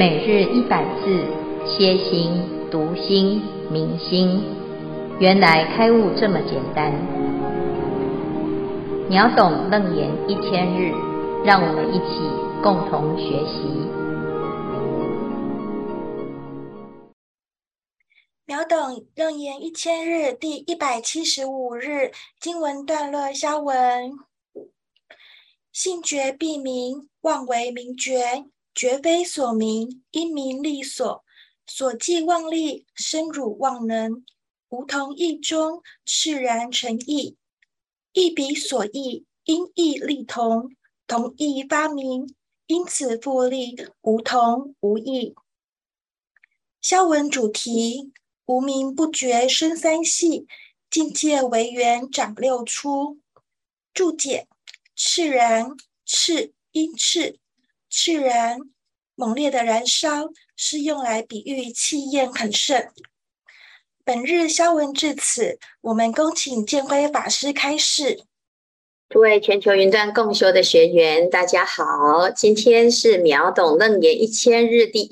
每日100字，歇心、读心、明心，原来开悟这么简单。秒懂楞严1000日，让我们一起共同学习。 秒懂楞严1000日第175日经文段落消文。性觉必明，妄为明觉，觉非所明，因名利所，所既妄力，深汝妄能，无同义中，赤然成义。义彼所义，因义利同，同义发明，因此复利，无同无异。消文主题：无明不觉生三系，境界为缘长六出。注解：赤然，赤因赤，赤然猛烈的燃烧，是用来比喻气焰很盛。本日消文至此，我们恭请建辉法师开示。 诸位全球云端共修的学员，大家好，今天是秒懂楞严1000日第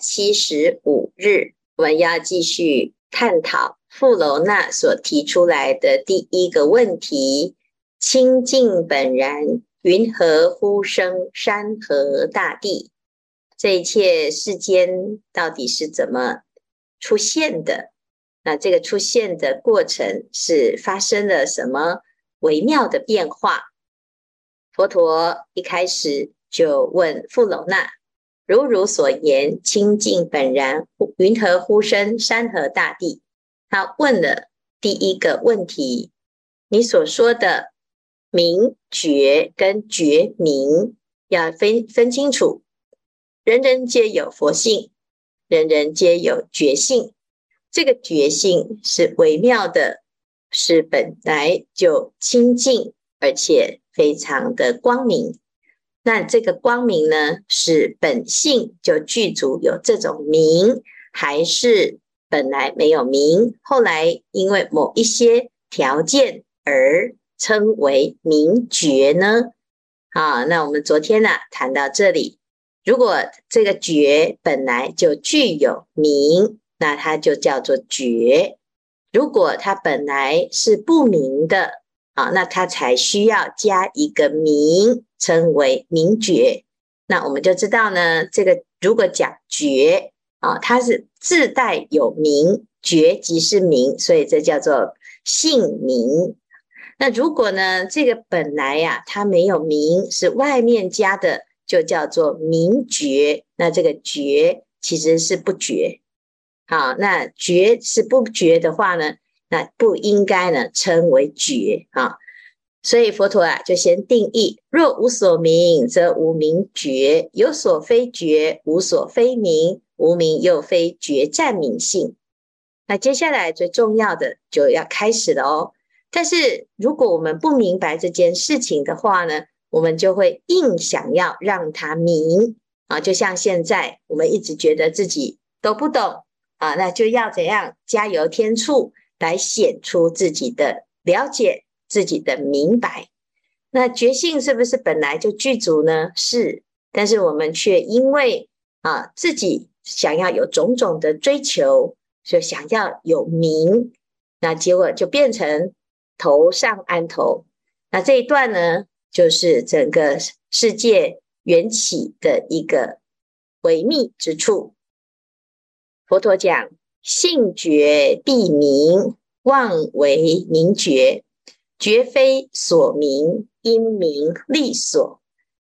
175日，我们要继续探讨富楼那所提出来的第一个问题：清净本然，云何呼声山河大地？这一切世间到底是怎么出现的？那这个出现的过程是发生了什么微妙的变化？佛陀一开始就问富楼那：如所言，清净本然，云何呼声山河大地？他问了第一个问题：你所说的明觉跟觉明要分清楚。人人皆有佛性，人人皆有觉性。这个觉性是微妙的，是本来就清净，而且非常的光明。那这个光明呢，是本性就具足有这种明，还是本来没有明，后来因为某一些条件而称为明觉呢？好，那我们昨天谈到这里，如果这个觉本来就具有明，那它就叫做觉；如果它本来是不明的，那它才需要加一个明，称为明觉。那我们就知道呢，这个如果讲觉它是自带有明，觉即是明，所以这叫做性明。那如果呢，这个本来它没有明，是外面加的，就叫做明觉。那这个觉其实是不觉。好，那觉是不觉的话呢，那不应该呢称为觉啊。所以佛陀就先定义：若无所明，则无明觉；有所非觉，无所非明。无明又非觉占明性。那接下来最重要的就要开始了哦。但是如果我们不明白这件事情的话呢，我们就会硬想要让它明就像现在我们一直觉得自己都不懂那就要怎样加油添醋来显出自己的了解，自己的明白。那觉性是不是本来就具足呢？是，但是我们却因为自己想要有种种的追求，就想要有明，那结果就变成头上安头。那这一段呢，就是整个世界缘起的一个微密之处。佛陀讲：性觉必明，妄为明觉，觉非所明，因名利所。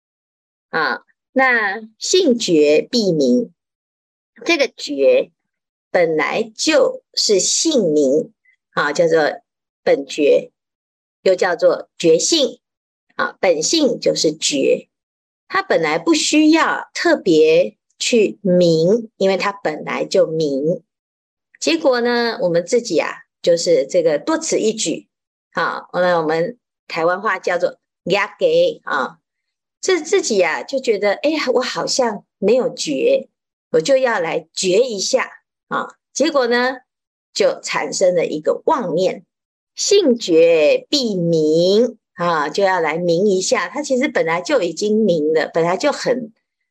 那性觉必明，这个觉本来就是性明叫做本觉，又叫做觉性本性就是觉，它本来不需要特别去明，因为它本来就明。结果呢，我们自己就是这个多此一举我们台湾话叫做压给这自己就觉得我好像没有觉，我就要来觉一下结果呢就产生了一个妄念，性觉必明就要来明一下，它其实本来就已经明了，本来就很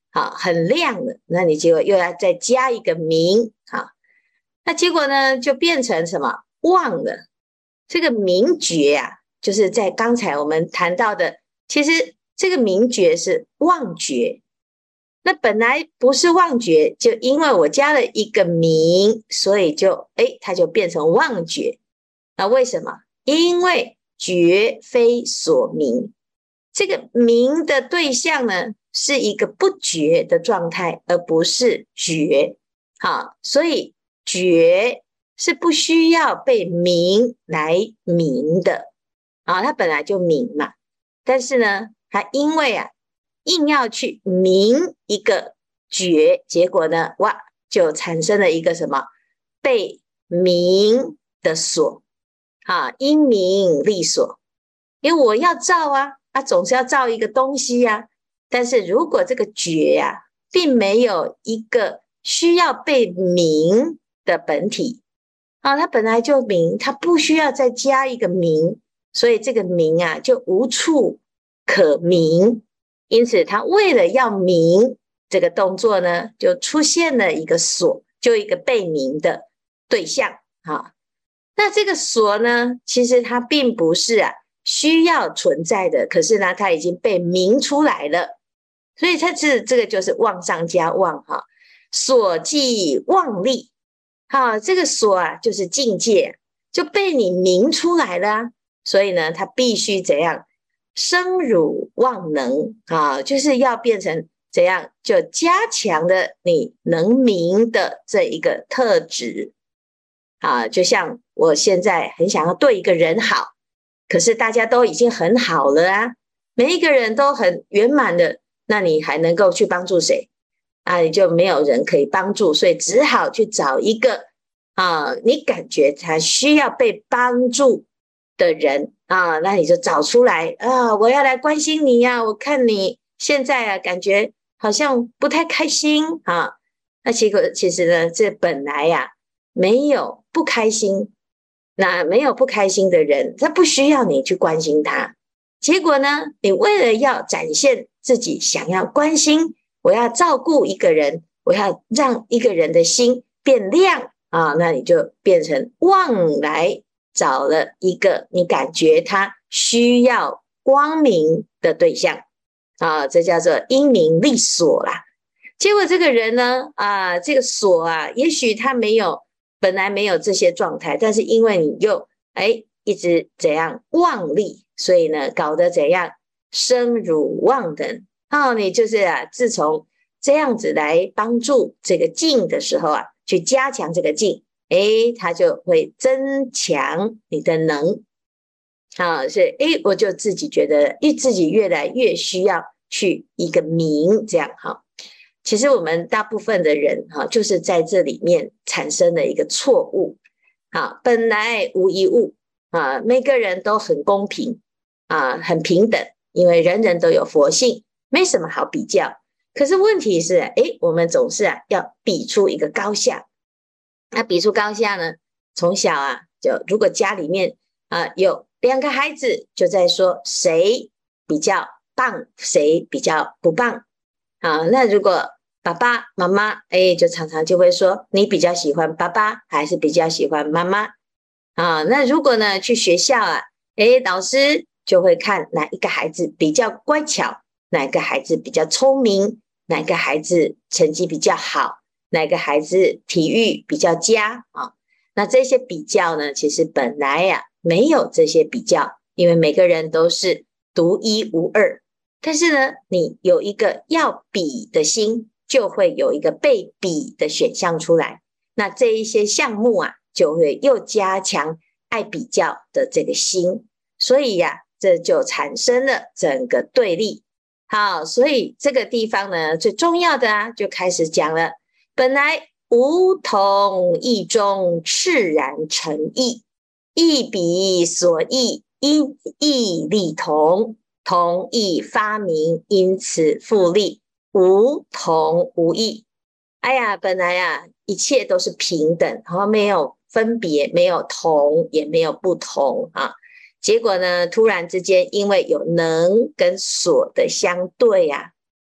好，很亮了，那你结果又要再加一个明，好，那结果呢就变成什么？妄了。这个明觉啊，就是在刚才我们谈到的，其实这个明觉是妄觉，那本来不是妄觉，就因为我加了一个明，所以就它就变成妄觉。那为什么？因为觉非所明，这个明的对象呢，是一个不觉的状态，而不是觉。好，所以觉是不需要被明来明的啊，它本来就明嘛。但是呢，它因为硬要去明一个觉，结果呢，哇，就产生了一个什么被明的所啊，因明立所。因为我要造总是要造一个东西但是如果这个觉并没有一个需要被明的本体它本来就明，它不需要再加一个明，所以这个明就无处可明。因此它为了要明这个动作呢，就出现了一个所，就一个被明的对象那这个所呢，其实它并不是需要存在的，可是呢它已经被明出来了，所以它这个就是妄上加妄所即妄立这个所就是境界，就被你明出来了所以呢它必须怎样生辱妄能就是要变成怎样，就加强了你能明的这一个特质就像我现在很想要对一个人好，可是大家都已经很好了每一个人都很圆满的，那你还能够去帮助谁你就没有人可以帮助，所以只好去找一个你感觉他需要被帮助的人那你就找出来我要来关心你我看你现在感觉好像不太开心那结果其实呢，这本来没有不开心，那没有不开心的人，他不需要你去关心他。结果呢，你为了要展现自己想要关心，我要照顾一个人，我要让一个人的心变亮那你就变成妄来找了一个你感觉他需要光明的对象这叫做因明立所啦。结果这个人呢这个所也许他本来没有这些状态，但是因为你又一直怎样妄立，所以呢搞得怎样生辱妄等你就是自从这样子来帮助这个境的时候去加强这个境它就会增强你的能所以我就自己觉得自己越来越需要去一个明这样其实我们大部分的人就是在这里面产生了一个错误本来无一物每个人都很公平很平等，因为人人都有佛性，没什么好比较。可是问题是我们总是要比出一个高下。那比出高下呢，从小就如果家里面有2个孩子，就在说谁比较棒，谁比较不棒那如果爸爸妈妈就常常就会说你比较喜欢爸爸还是比较喜欢妈妈那如果呢去学校老师就会看哪一个孩子比较乖巧，哪一个孩子比较聪明，哪一个孩子成绩比较好，哪个孩子体育比较佳那这些比较呢，其实本来没有这些比较，因为每个人都是独一无二。但是呢，你有一个要比的心，就会有一个被比的选项出来。那这一些项目就会又加强爱比较的这个心，所以这就产生了整个对立。好，所以这个地方呢，最重要的就开始讲了。本来无同意中炽然成异，异比所异，因异立同，同异发明，因此复立，无同无异。本来一切都是平等，没有分别，没有同，也没有不同结果呢，突然之间因为有能跟所的相对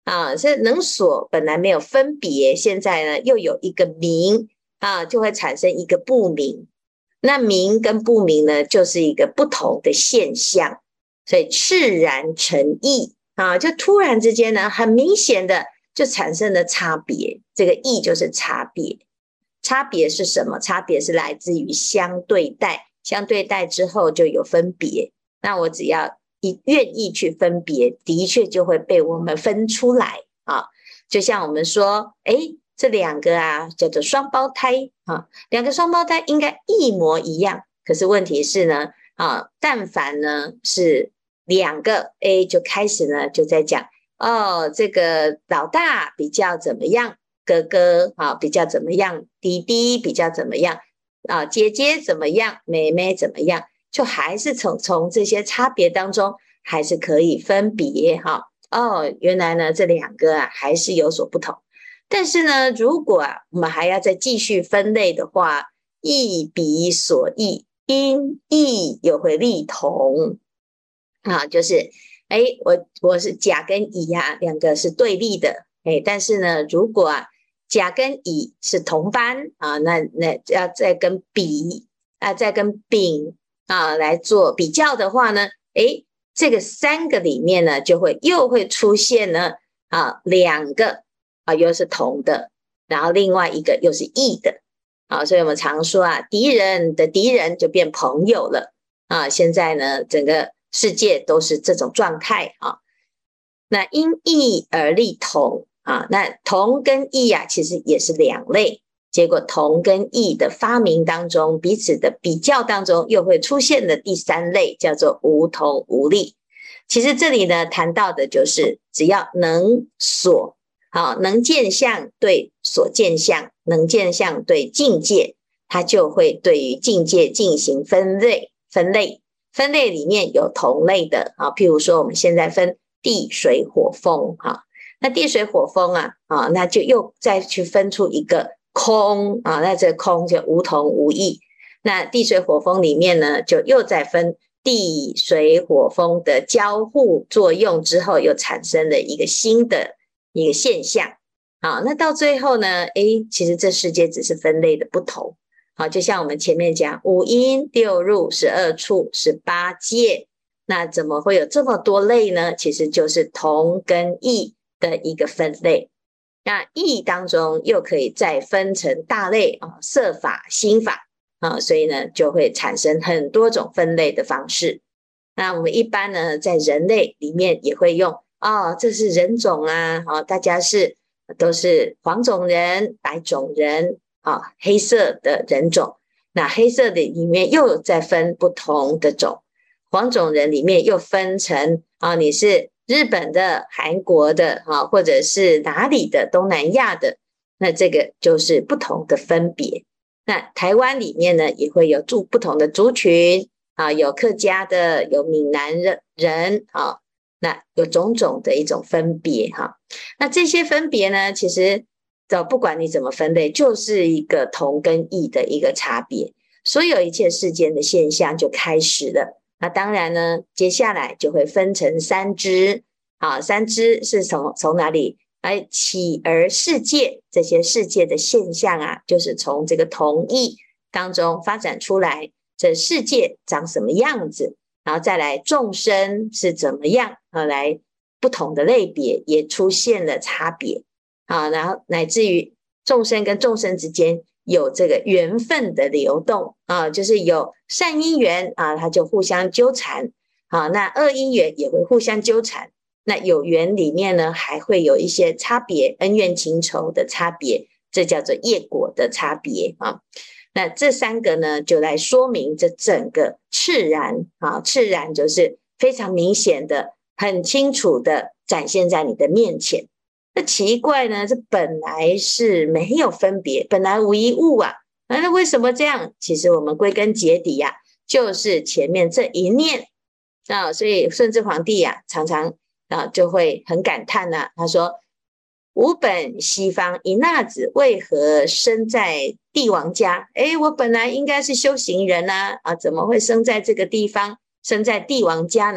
啊，这能所本来没有分别，现在呢又有一个明啊，就会产生一个不明。那明跟不明呢，就是一个不同的现象，所以赤然成异啊，就突然之间呢，很明显的就产生了差别。这个异就是差别，差别是什么？差别是来自于相对待，相对待之后就有分别。那我只要愿意去分别，的确就会被我们分出来啊。就像我们说，这两个啊叫做双胞胎啊，两个双胞胎应该一模一样，可是问题是呢，但凡呢是两个 A 就开始呢就在讲这个老大比较怎么样，哥哥比较怎么样，弟弟比较怎么样姐姐怎么样，妹妹怎么样，就还是从这些差别当中还是可以分别原来呢这两个还是有所不同。但是呢，如果我们还要再继续分类的话，异彼所异，因异又会立同就是我是甲跟乙两个是对立的但是呢，如果甲跟乙是同班那要再跟丙再跟丙来做比较的话呢，这个三个里面呢，又会出现呢两个又是同的，然后另外一个又是异的所以我们常说敌人的敌人就变朋友了现在呢，整个世界都是这种状态那因异而立同那同跟异其实也是两类，结果同跟异的发明当中，彼此的比较当中，又会出现的第三类，叫做无同无立。其实这里呢，谈到的就是只要能所能见相对所见相，能见相对境界，它就会对于境界进行分类。分类里面有同类的譬如说我们现在分地水火风那地水火风那就又再去分出一个空那这个空就无同无异。那地水火风里面呢，就又再分地水火风的交互作用之后，又产生了一个新的一个现象那到最后呢其实这世界只是分类的不同就像我们前面讲五阴六入12处18界，那怎么会有这么多类呢？其实就是同跟异的一个分类。那异当中又可以再分成大类色法心法所以呢就会产生很多种分类的方式。那我们一般呢在人类里面也会用这是人种大家都是黄种人、白种人黑色的人种。那黑色的里面又再分不同的种，黄种人里面又分成你是日本的、韩国的或者是哪里的东南亚的，那这个就是不同的分别。那台湾里面呢也会有不同的族群有客家的，有闽南人那有种种的一种分别那这些分别呢，其实不管你怎么分类，就是一个同跟异的一个差别，所有一切世间的现象就开始了。那当然呢，接下来就会分成三支三支是从哪里来起而世界，这些世界的现象就是从这个同异当中发展出来，这世界长什么样子，然后再来众生是怎么样来不同的类别也出现了差别然后乃至于众生跟众生之间有这个缘分的流动就是有善因缘它就互相纠缠那恶因缘也会互相纠缠。那有缘里面呢，还会有一些差别，恩怨情仇的差别，这叫做业果的差别那这三个呢，就来说明这整个赤然赤然就是非常明显的、很清楚的展现在你的面前。那奇怪呢，这本来是没有分别，本来无一物那为什么这样？其实我们归根结底就是前面这一念所以顺治皇帝常常就会很感叹他说吾本西方一纳子，为何生在帝王家？我本来应该是修行人怎么会生在这个地方，生在帝王家呢？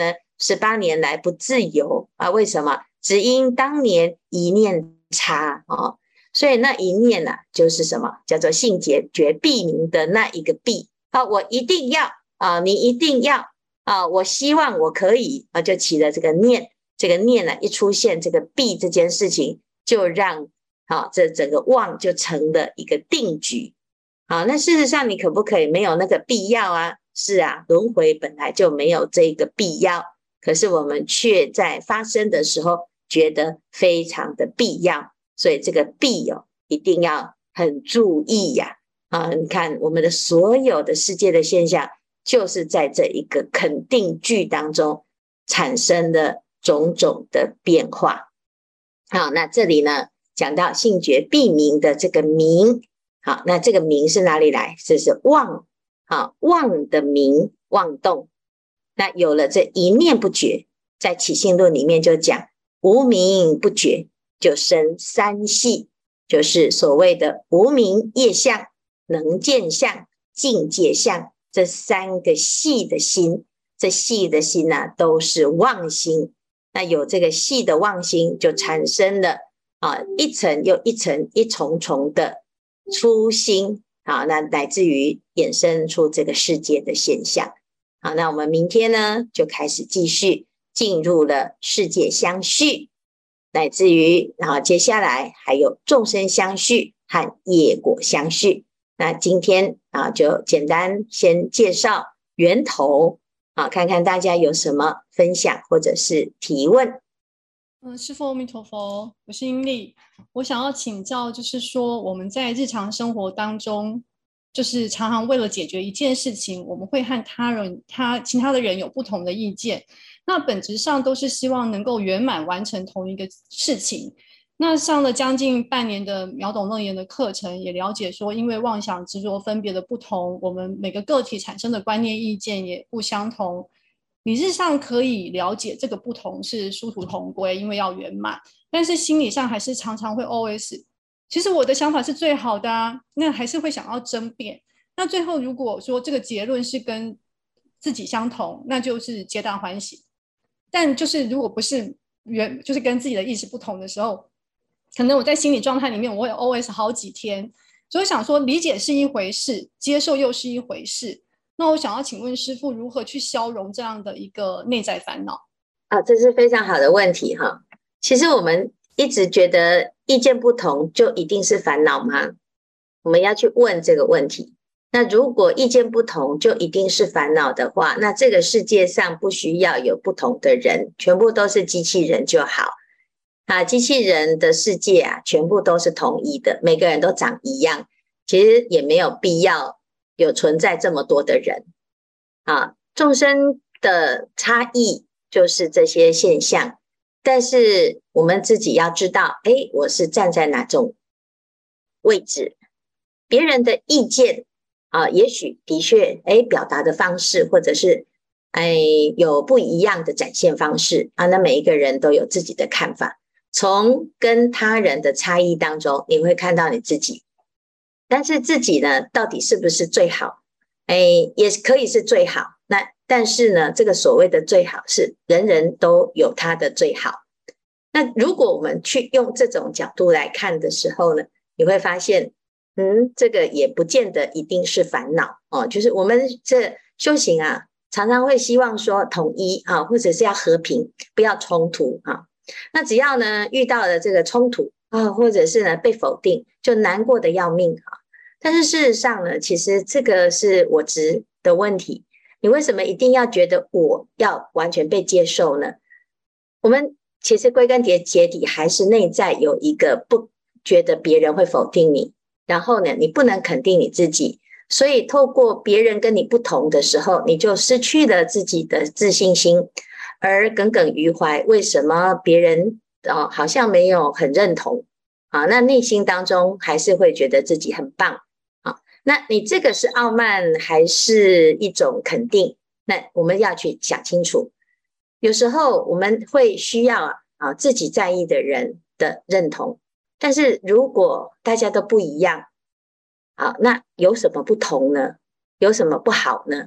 18年来不自由啊？为什么？只因当年一念差啊。所以那一念啊，就是什么？叫做性觉必明的那一个必啊，我一定要啊，你一定要啊，我希望我可以啊，就起了这个念。这个念呢，一出现这个必这件事情，就让这整个妄就成了一个定局。那事实上你可不可以没有那个必要啊？是啊，轮回本来就没有这个必要，可是我们却在发生的时候觉得非常的必要，所以这个必一定要很注意呀。你看我们的所有的世界的现象，就是在这一个肯定句当中产生的种种的变化。好，那这里呢讲到性觉必明的这个明，好，那这个明是哪里来？这是妄，妄的明，妄动。那有了这一念不觉，在起信论里面就讲无明不觉，就生三系，就是所谓的无明业相、能见相、境界相，这三个系的心。这系的心呢，都是妄心。那有这个系的妄心，就产生了一层又一层、一重重的粗心，那乃至于衍生出这个世界的现象。好，那我们明天呢，就开始继续进入了世界相续，乃至于接下来还有众生相续和业果相续。那今天就简单先介绍源头。看看大家有什么分享或者是提问。 师父阿弥陀佛，我是英丽。我想要请教，就是说我们在日常生活当中，就是常常为了解决一件事情，我们会和其他的人有不同的意见。那本质上都是希望能够圆满完成同一个事情。那上了将近半年的秒懂楞严的课程，也了解说，因为妄想执着分别的不同，我们每个个体产生的观念意见也不相同。理智上可以了解这个不同是殊途同归，因为要圆满，但是心理上还是常常会 OS， 其实我的想法是最好的啊，那还是会想要争辩。那最后如果说这个结论是跟自己相同，那就是皆大欢喜。但就是如果不是就是跟自己的意识不同的时候，可能我在心理状态里面我会 OS 好几天。所以想说理解是一回事，接受又是一回事。那我想要请问师父，如何去消融这样的一个内在烦恼？ 这是非常好的问题哈。其实我们一直觉得意见不同就一定是烦恼吗？我们要去问这个问题。那如果意见不同就一定是烦恼的话，那这个世界上不需要有不同的人，全部都是机器人就好。机器人的世界全部都是统一的，每个人都长一样，其实也没有必要有存在这么多的人。众生的差异就是这些现象，但是我们自己要知道，我是站在哪种位置，别人的意见也许的确表达的方式或者是有不一样的展现方式那每一个人都有自己的看法。从跟他人的差异当中，你会看到你自己，但是自己呢，到底是不是最好？也可以是最好。但是呢，这个所谓的最好是人人都有他的最好。那如果我们去用这种角度来看的时候呢，你会发现，这个也不见得一定是烦恼就是我们这修行常常会希望说统一或者是要和平，不要冲突那只要呢遇到了这个冲突或者是呢被否定，就难过的要命但是事实上呢，其实这个是我执的问题。你为什么一定要觉得我要完全被接受呢？我们其实归根结底还是内在有一个不觉得别人会否定你，然后呢你不能肯定你自己，所以透过别人跟你不同的时候，你就失去了自己的自信心，而耿耿于怀为什么别人好像没有很认同那内心当中还是会觉得自己很棒那你这个是傲慢还是一种肯定？那我们要去想清楚。有时候我们会需要自己在意的人的认同，但是如果大家都不一样那有什么不同呢？有什么不好呢？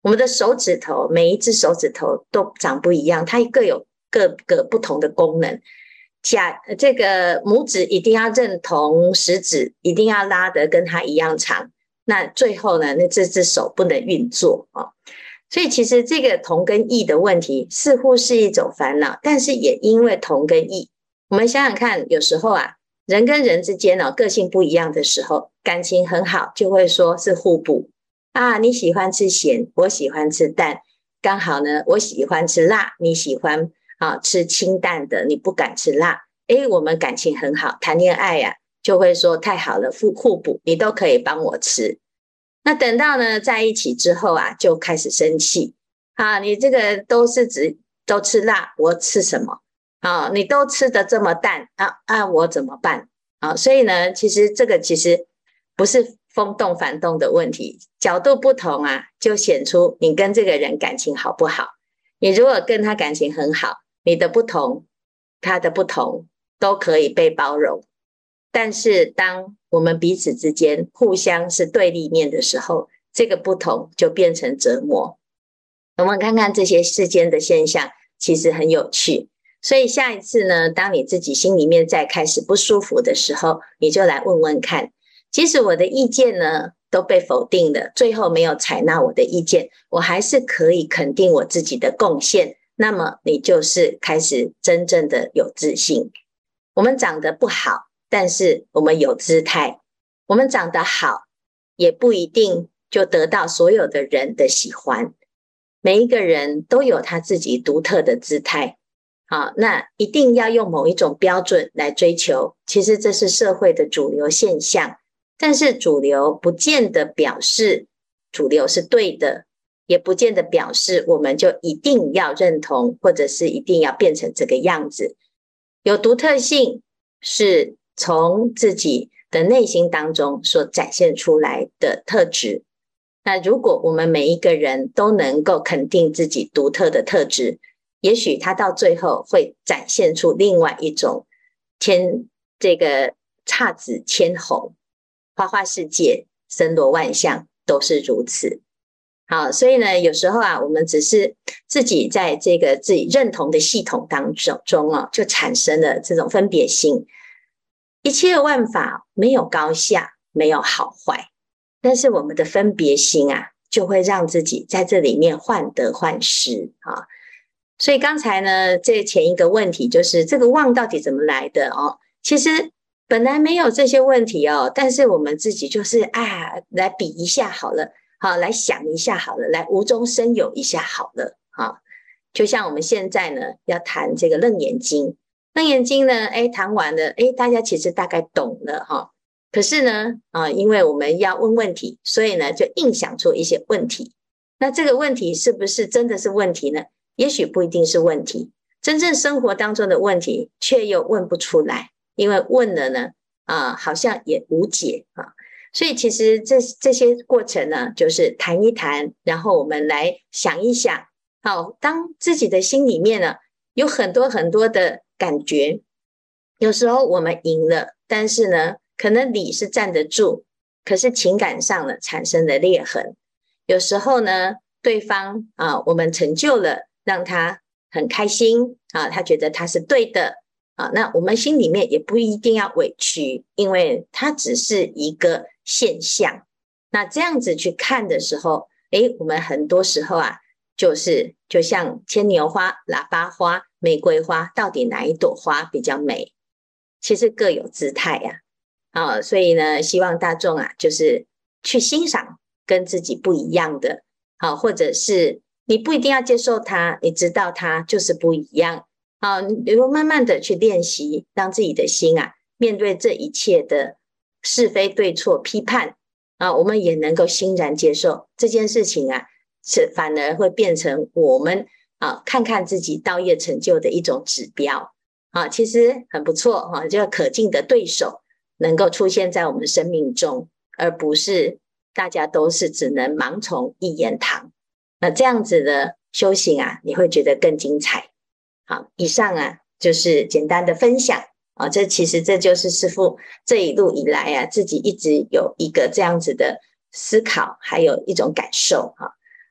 我们的手指头，每一只手指头都长不一样，它各有各个不同的功能。这个拇指一定要认同食指，一定要拉得跟它一样长，那最后呢，那这只手不能运作啊。所以其实这个同跟异的问题似乎是一种烦恼，但是也因为同跟异，我们想想看，有时候啊，人跟人之间个性不一样的时候，感情很好，就会说是互补啊。你喜欢吃咸，我喜欢吃淡，刚好呢，我喜欢吃辣，你喜欢吃清淡的，你不敢吃辣，我们感情很好，谈恋爱啊，就会说太好了，互补，你都可以帮我吃。那等到呢在一起之后啊，就开始生气啊，你这个都吃辣，我吃什么啊？你都吃得这么淡我怎么办啊？所以呢，其实这个不是风动反动的问题，角度不同啊，就显出你跟这个人感情好不好。你如果跟他感情很好，你的不同，他的不同都可以被包容。但是当我们彼此之间互相是对立面的时候，这个不同就变成折磨。我们看看这些世间的现象，其实很有趣。所以下一次呢，当你自己心里面再开始不舒服的时候，你就来问问看，即使我的意见呢都被否定了，最后没有采纳我的意见，我还是可以肯定我自己的贡献，那么你就是开始真正的有自信。我们长得不好，但是我们有姿态，我们长得好也不一定就得到所有的人的喜欢，每一个人都有他自己独特的姿态。那一定要用某一种标准来追求，其实这是社会的主流现象，但是主流不见得表示主流是对的，也不见得表示我们就一定要认同，或者是一定要变成这个样子。有独特性是从自己的内心当中所展现出来的特质。那如果我们每一个人都能够肯定自己独特的特质，也许他到最后会展现出另外一种这个姹紫千红，花花世界，森罗万象，都是如此。好，所以呢，有时候啊，我们只是自己在这个自己认同的系统当中就产生了这种分别心。一切万法没有高下，没有好坏，但是我们的分别心啊，就会让自己在这里面患得患失啊。所以刚才呢，这前一个问题就是这个妄到底怎么来的其实本来没有这些问题但是我们自己就是来比一下好了，来想一下好了，来无中生有一下好了就像我们现在呢要谈这个楞严经，楞严经呢谈完了大家其实大概懂了可是呢因为我们要问问题，所以呢就硬想出一些问题。那这个问题是不是真的是问题呢？也许不一定是问题，真正生活当中的问题却又问不出来，因为问了呢好像也无解所以其实这些过程呢，就是谈一谈，然后我们来想一想当自己的心里面呢有很多很多的感觉，有时候我们赢了，但是呢可能理是站得住，可是情感上呢产生了裂痕。有时候呢对方我们成就了，让他很开心他觉得他是对的那我们心里面也不一定要委屈，因为它只是一个现象。那这样子去看的时候我们很多时候就像牵牛花、喇叭花、玫瑰花，到底哪一朵花比较美？其实各有姿态所以呢希望大众就是去欣赏跟自己不一样的或者是你不一定要接受它，你知道它就是不一样你会慢慢的去练习，让自己的心面对这一切的是非对错批判我们也能够欣然接受这件事情是反而会变成我们看看自己道业成就的一种指标其实很不错就可敬的对手能够出现在我们生命中，而不是大家都是只能盲从一言堂。那这样子的修行你会觉得更精彩。好，以上就是简单的分享其实这就是师父这一路以来自己一直有一个这样子的思考，还有一种感受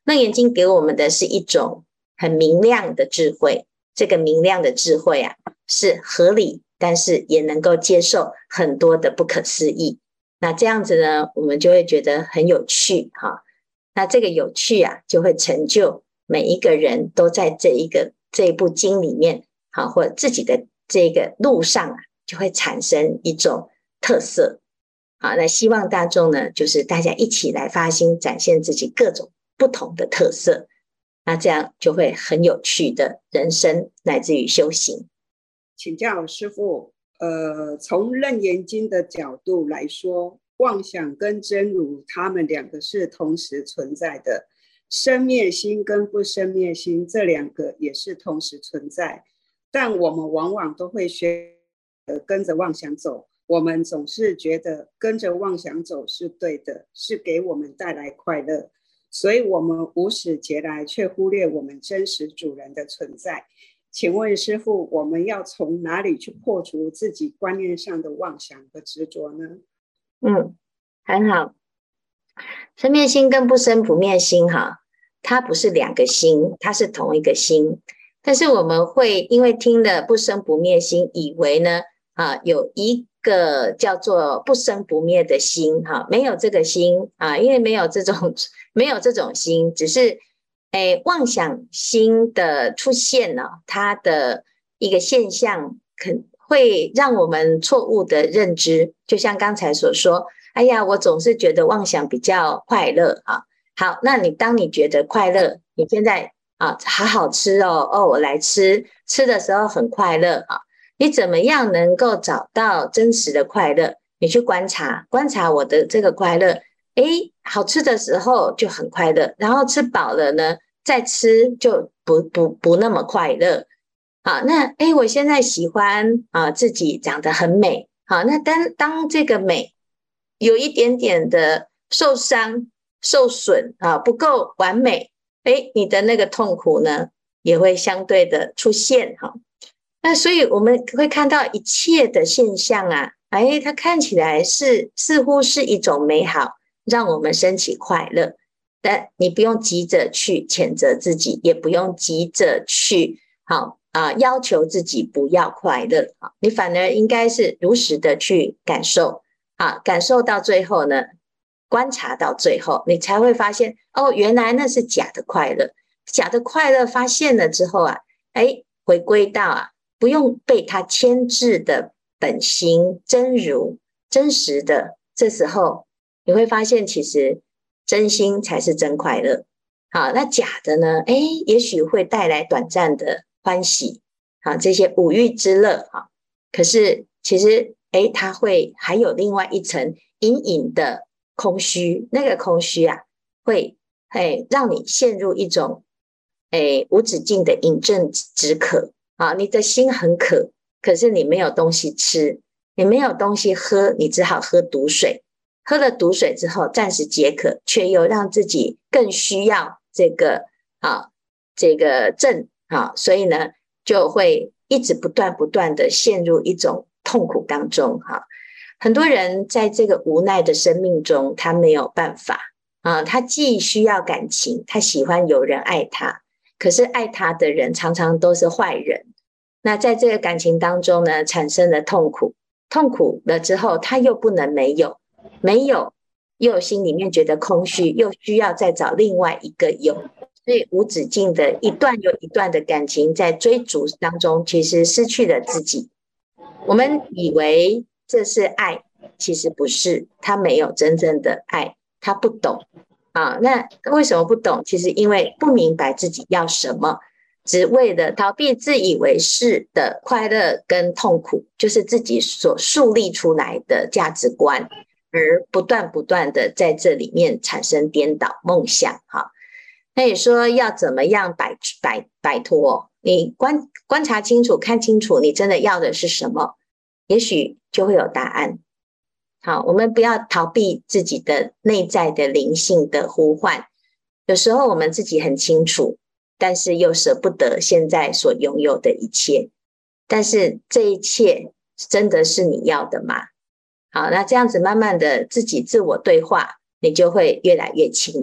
楞严经给我们的是一种很明亮的智慧，这个明亮的智慧啊，是合理，但是也能够接受很多的不可思议。那这样子呢，我们就会觉得很有趣哈。那这个有趣啊，就会成就每一个人都在这一部经里面，好，或者自己的这个路上啊，就会产生一种特色。好，那希望大众呢，就是大家一起来发心，展现自己各种不同的特色，那这样就会很有趣的人生，乃至于修行。 请教师父，从楞严经的角度来说，妄想跟真如，它们两个是同时存在的。生灭心跟不生灭心这两个也是同时存在，但我们往往都会跟着妄想走。我们总是觉得跟着妄想走是对的，是给我们带来快乐，所以我们无始劫来却忽略我们真实主人的存在。请问师父，我们要从哪里去破除自己观念上的妄想和执着呢？ 很好。生灭心跟不生不灭心哈，它不是两个心，它是同一个心。但是我们会因为听了不生不灭心，以为呢有一个叫做不生不灭的心哈，没有这个心啊，因为没有这种心，只是妄想心的出现呢，它的一个现象会让我们错误的认知，就像刚才所说，哎呀，我总是觉得妄想比较快乐啊。好，那当你觉得快乐，你现在好好吃哦，我来吃的时候很快乐啊。你怎么样能够找到真实的快乐？你去观察我的这个快乐，好吃的时候就很快乐，然后吃饱了呢，再吃就不那么快乐。好，那我现在喜欢自己长得很美，好，那当这个美有一点点的受伤、受损不够完美，你的那个痛苦呢也会相对的出现哈。那所以我们会看到一切的现象啊，它看起来似乎是一种美好，让我们升起快乐。但你不用急着去谴责自己，也不用急着去要求自己不要快乐，你反而应该是如实的去感受，感受到最后呢，观察到最后，你才会发现原来那是假的快乐。假的快乐发现了之后回归到不用被它牵制的本心真如真实的，这时候你会发现其实真心才是真快乐。好，那假的呢也许会带来短暂的欢喜，这些五欲之乐可是其实它会还有另外一层隐隐的空虚，那个空虚会让你陷入一种无止境的饮鸩止渴你的心很渴，可是你没有东西吃，你没有东西喝，你只好喝毒水。喝了毒水之后暂时解渴，却又让自己更需要这个鸩所以呢就会一直不断的陷入一种痛苦当中很多人在这个无奈的生命中，他没有办法他既需要感情，他喜欢有人爱他，可是爱他的人常常都是坏人。那在这个感情当中呢，产生了痛苦了之后，他又不能没有又心里面觉得空虚，又需要再找另外一个有，所以无止境的一段又一段的感情在追逐当中，其实失去了自己。我们以为这是爱，其实不是，他没有真正的爱，他不懂那为什么不懂？其实因为不明白自己要什么，只为了逃避自以为是的快乐跟痛苦，就是自己所树立出来的价值观，而不断的在这里面产生颠倒梦想那你说要怎么样摆脱？你观察清楚，看清楚你真的要的是什么，也许就会有答案。好，我们不要逃避自己的内在的灵性的呼唤。有时候我们自己很清楚，但是又舍不得现在所拥有的一切。但是这一切真的是你要的吗？好，那这样子慢慢的自己自我对话，你就会越来越清楚。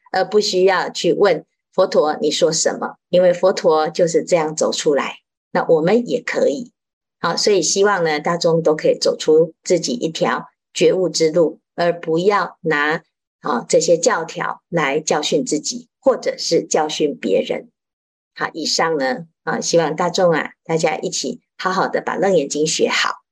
而不需要去问佛陀你说什么，因为佛陀就是这样走出来，那我们也可以。好，所以希望呢，大众都可以走出自己一条觉悟之路，而不要拿这些教条来教训自己，或者是教训别人。好，以上呢希望大众大家一起好好的把《楞严经》学好。